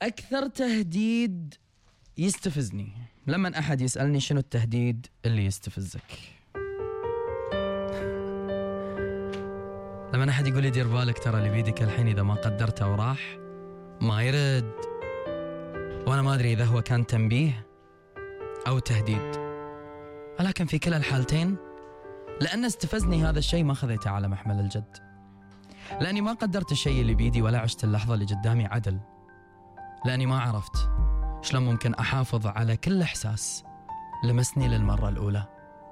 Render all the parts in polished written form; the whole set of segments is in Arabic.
أكثر تهديد يستفزني لما أحد يسألني شنو التهديد اللي يستفزك. لما أحد يقول لي دير بالك ترى اللي بيدك الحين إذا ما قدرته وراح ما يرد، وأنا ما أدري إذا هو كان تنبيه أو تهديد، ولكن في كلا الحالتين لأن استفزني هذا الشيء ما خذيته على محمل الجد، لأني ما قدرت الشيء اللي بيدي ولا عشت اللحظة اللي قدامي عدل، لأني ما عرفت شلون ممكن أحافظ على كل إحساس لمسني للمرة الأولى.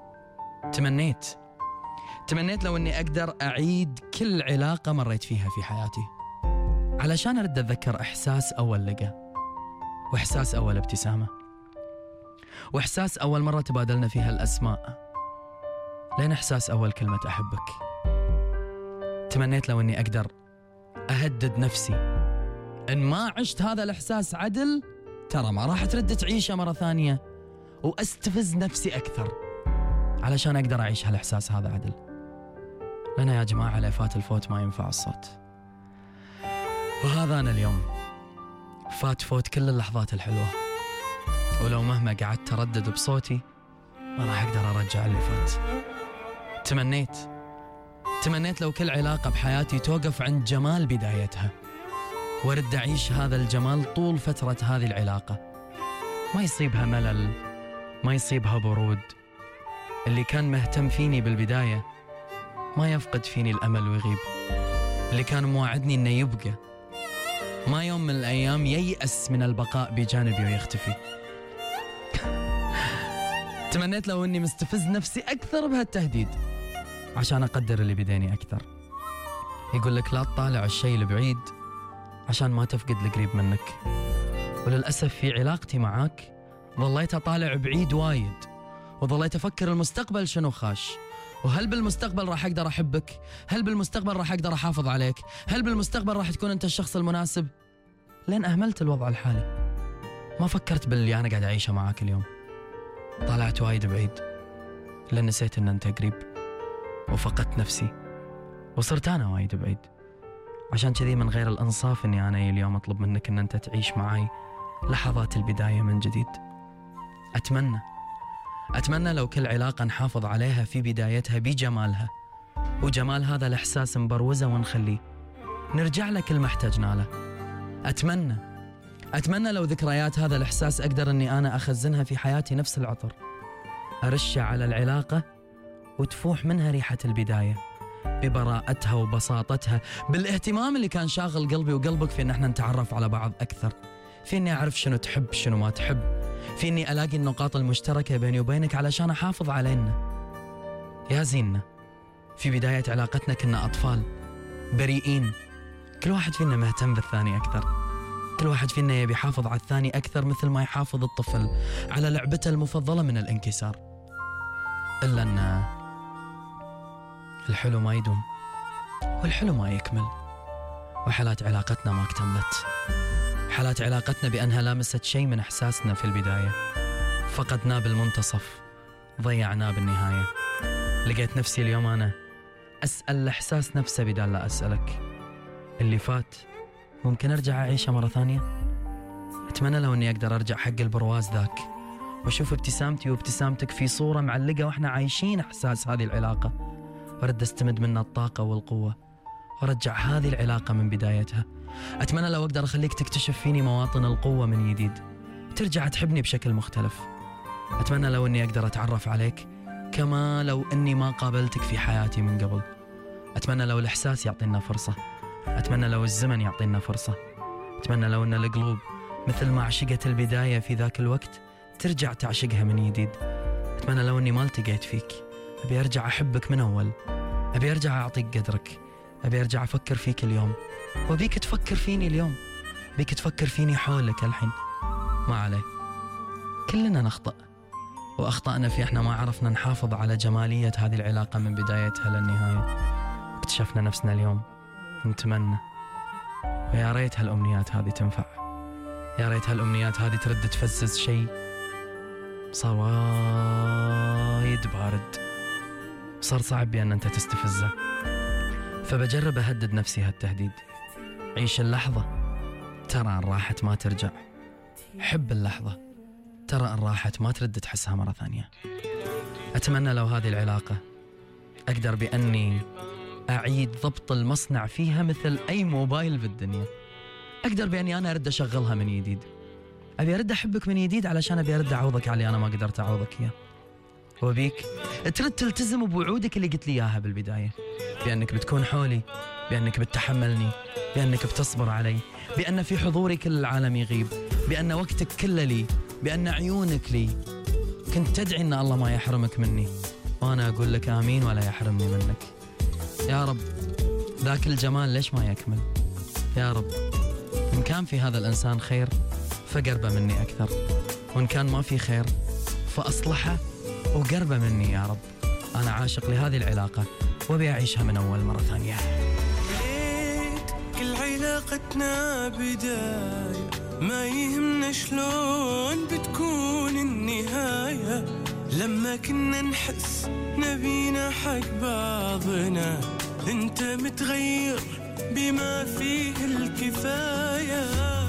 تمنيت لو أني أقدر أعيد كل علاقة مريت فيها في حياتي علشان أرد أتذكر إحساس أول لقى، وإحساس أول ابتسامة، وإحساس أول مرة تبادلنا فيها الأسماء، لين إحساس أول كلمة أحبك. تمنيت لو أني أقدر أهدد نفسي إن ما عشت هذا الإحساس عدل ترى ما راح ترد تعيشه مرة ثانية، وأستفز نفسي أكثر علشان أقدر أعيش هالإحساس هذا عدل. لأن يا جماعة لا فات الفوت ما ينفع الصوت، وهذا أنا اليوم فوت كل اللحظات الحلوة، ولو مهما قعدت تردد بصوتي ما راح أقدر أرجع اللي فات. تمنيت لو كل علاقة بحياتي توقف عند جمال بدايتها، وارد أعيش هذا الجمال طول فترة هذه العلاقة، ما يصيبها ملل، ما يصيبها برود. اللي كان مهتم فيني بالبداية ما يفقد فيني الأمل ويغيب، اللي كان مواعدني إنه يبقى ما يوم من الأيام ييأس من البقاء بجانبي ويختفي. تمنيت لو أني مستفز نفسي أكثر بهالتهديد عشان أقدر اللي بديني أكثر. يقول لك لا تطالع الشيء البعيد عشان ما تفقد القريب منك، وللأسف في علاقتي معاك ظليت أطالع بعيد وايد، وظليت أفكر المستقبل شنو خاش، وهل بالمستقبل راح أقدر أحبك؟ هل بالمستقبل راح أقدر أحافظ عليك؟ هل بالمستقبل راح تكون أنت الشخص المناسب؟ لين أهملت الوضع الحالي، ما فكرت باللي أنا قاعد أعيشه معاك اليوم، طلعت وايد بعيد لأن نسيت أن أنت قريب، وفقدت نفسي وصرت أنا وايد بعيد. عشان كذي من غير الإنصاف أني أنا اليوم أطلب منك أن أنت تعيش معاي لحظات البداية من جديد. أتمنى لو كل علاقة نحافظ عليها في بدايتها بجمالها، وجمال هذا الإحساس نبروزه ونخليه، نرجع له كل ما احتجنا له. أتمنى لو ذكريات هذا الإحساس أقدر أني أنا أخزنها في حياتي نفس العطر، أرشها على العلاقة وتفوح منها ريحة البداية ببراءتها وبساطتها، بالاهتمام اللي كان شاغل قلبي وقلبك في أن احنا نتعرف على بعض أكثر، في أني أعرف شنو تحب شنو ما تحب، في أني ألاقي النقاط المشتركة بيني وبينك علشان أحافظ علينا. يا زيننا في بداية علاقتنا كنا أطفال بريئين، كل واحد فينا مهتم بالثاني أكثر، كل واحد فينا يبي يحافظ على الثاني أكثر مثل ما يحافظ الطفل على لعبته المفضلة من الانكسار. إلا أن الحلو ما يدوم والحلو ما يكمل، وحالات علاقتنا ما اكتملت، حالات علاقتنا بأنها لامست شيء من إحساسنا في البداية، فقدناه بالمنتصف، ضيعناه بالنهاية. لقيت نفسي اليوم أنا أسأل الإحساس نفسه بدال لا أسألك. اللي فات ممكن أرجع أعيشه مرة ثانية؟ أتمنى لو أني أقدر أرجع حق البرواز ذاك وأشوف ابتسامتي وابتسامتك في صورة معلقة وإحنا عايشين إحساس هذه العلاقة، وأرد أستمد منها الطاقة والقوة وأرجع هذه العلاقة من بدايتها. أتمنى لو أقدر أخليك تكتشف فيني مواطن القوة من جديد، ترجع تحبني بشكل مختلف. أتمنى لو أني أقدر أتعرف عليك كما لو أني ما قابلتك في حياتي من قبل. أتمنى لو الإحساس يعطينا فرصة، أتمنى لو الزمن يعطينا فرصة، أتمنى لو أن القلوب مثل ما عشقت البداية في ذاك الوقت ترجع تعشقها من جديد. أتمنى لو أني ما التقيت فيك، أبي أرجع أحبك من أول، أبي أرجع أعطيك قدرك، أبي أرجع أفكر فيك اليوم، وأبيك تفكر فيني اليوم، أبيك تفكر فيني حولك الحين. ما عليه، كلنا نخطأ، وأخطأنا في إحنا ما عرفنا نحافظ على جمالية هذه العلاقة من بدايتها للنهاية. اكتشفنا نفسنا اليوم، نتمنى ويا ريت هالأمنيات هذه تنفع، يا ريت هالأمنيات هذه ترد تفزز شيء صار وايد بارد، صار صعب بأن أنت تستفزه. فبجرب أهدد نفسي هالتهديد، عيش اللحظة، ترى إن راحت ما ترجع. حب اللحظة، ترى إن راحت ما ترد تحسها مرة ثانية. أتمنى لو هذه العلاقة أقدر بأني أعيد ضبط المصنع فيها مثل أي موبايل بالدنيا. أقدر بأني أنا أرد أشغلها من جديد. أبي أرد أحبك من جديد علشان أبي أرد أعوضك على اللي أنا ما قدرت أعوضك إياه. وبيك ترد تلتزم بوعودك اللي قلت لي إياها بالبداية، بأنك بتكون حولي، بأنك بتتحملني، بأنك بتصبر علي، بأن في حضوري كل العالم يغيب، بأن وقتك كله لي، بأن عيونك لي. كنت تدعي أن الله ما يحرمك مني، وأنا أقول لك آمين ولا يحرمني منك. يا رب ذاك الجمال ليش ما يكمل؟ يا رب إن كان في هذا الإنسان خير فقربه مني أكثر، وإن كان ما في خير فأصلحه وقربه مني يا رب. أنا عاشق لهذه العلاقة وبي أعيشها من أول مرة ثانية. كل علاقتنا بداية، ما يهمنا شلون بتكون النهاية. لما كنا نحس نبينا حق بعضنا، انت متغير بما فيه الكفاية.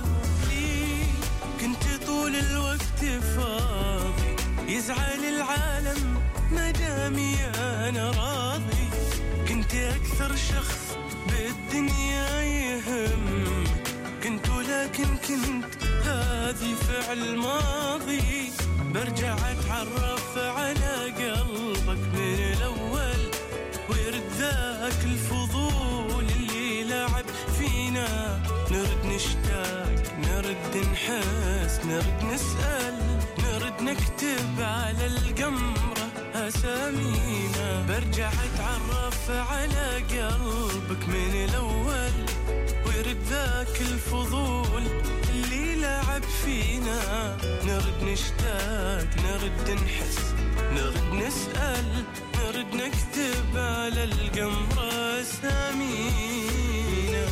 كنت طول الوقت فاضي، يزعل العالم مدامي أنا راضي. كنت أكثر شخص بالدنيا يهم، لكن كنت هذه فعل ماضي. برجع أتعرف على قلبك من الأول، ويرد ذاك الفضول اللي لعب فينا. نرد نشتاق، نرد نحس، نرد نسأل، نرد نكتب على القمرة أسامينا. برجع أتعرف على قلبك من الأول، ويرد ذاك الفضول اللي لعب فينا. نرد نشتاق، نرد نحس، نرد نسأل، نرد نكتب على القمرة أسامينا.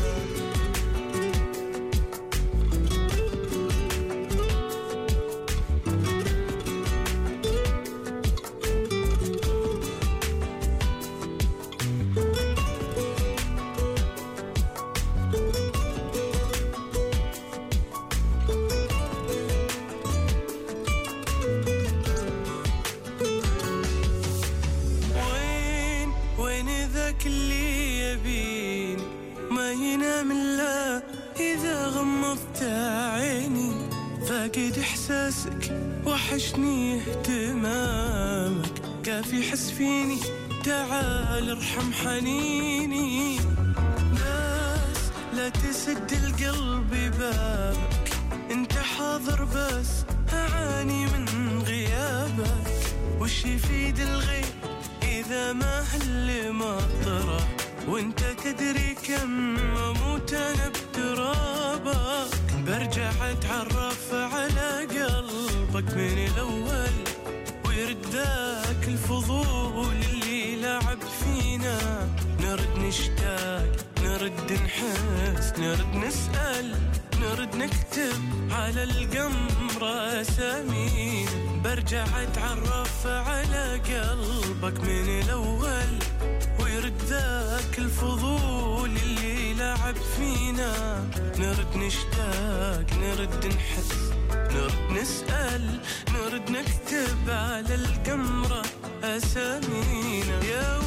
اللي يبين ما ينام إلا إذا غمضت عيني. فاقد إحساسك، وحشني اهتمامك، كافي حس فيني، تعال ارحم حنيني. بس لا تسد القلب بابك، انت حاضر بس أعاني من غيابك. وش يفيد الغيب إذا ما هل مطرح، وانت تدري كم أموت أنا بترابك. برجع أتعرف على قلبك من الأول، ويرد ذاك الفضول اللي لعب فينا. نرد نشتاق، نرد نحس، نرد نسأل، نرد نكتب على القمرة أسامينا. برجع أتعرف على قلبك من الأول، ويرد ذاك الفضول اللي لعب فينا. نرد نشتاق، نرد نحس، نرد نسأل، نرد نكتب على القمرة أسامينا. يا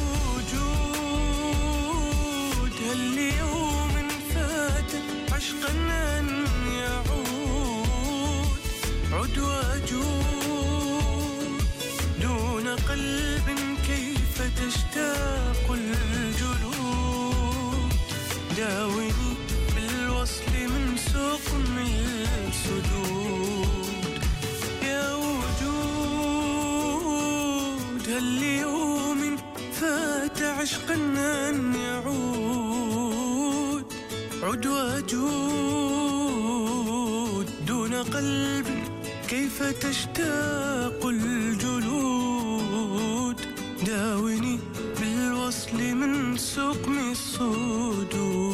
وجود هاليوم فاتك، عشقا أن يعود، عد وجود دون قلب، كيف تشتاق الجلود. داويني بالوصل من سقم السدود. يا وجود هاليوم فات، عشقا أن يعود، عد وجود دون قلب، كيف تشتاق الجلود. داويني بالوصل من سقم الصدود.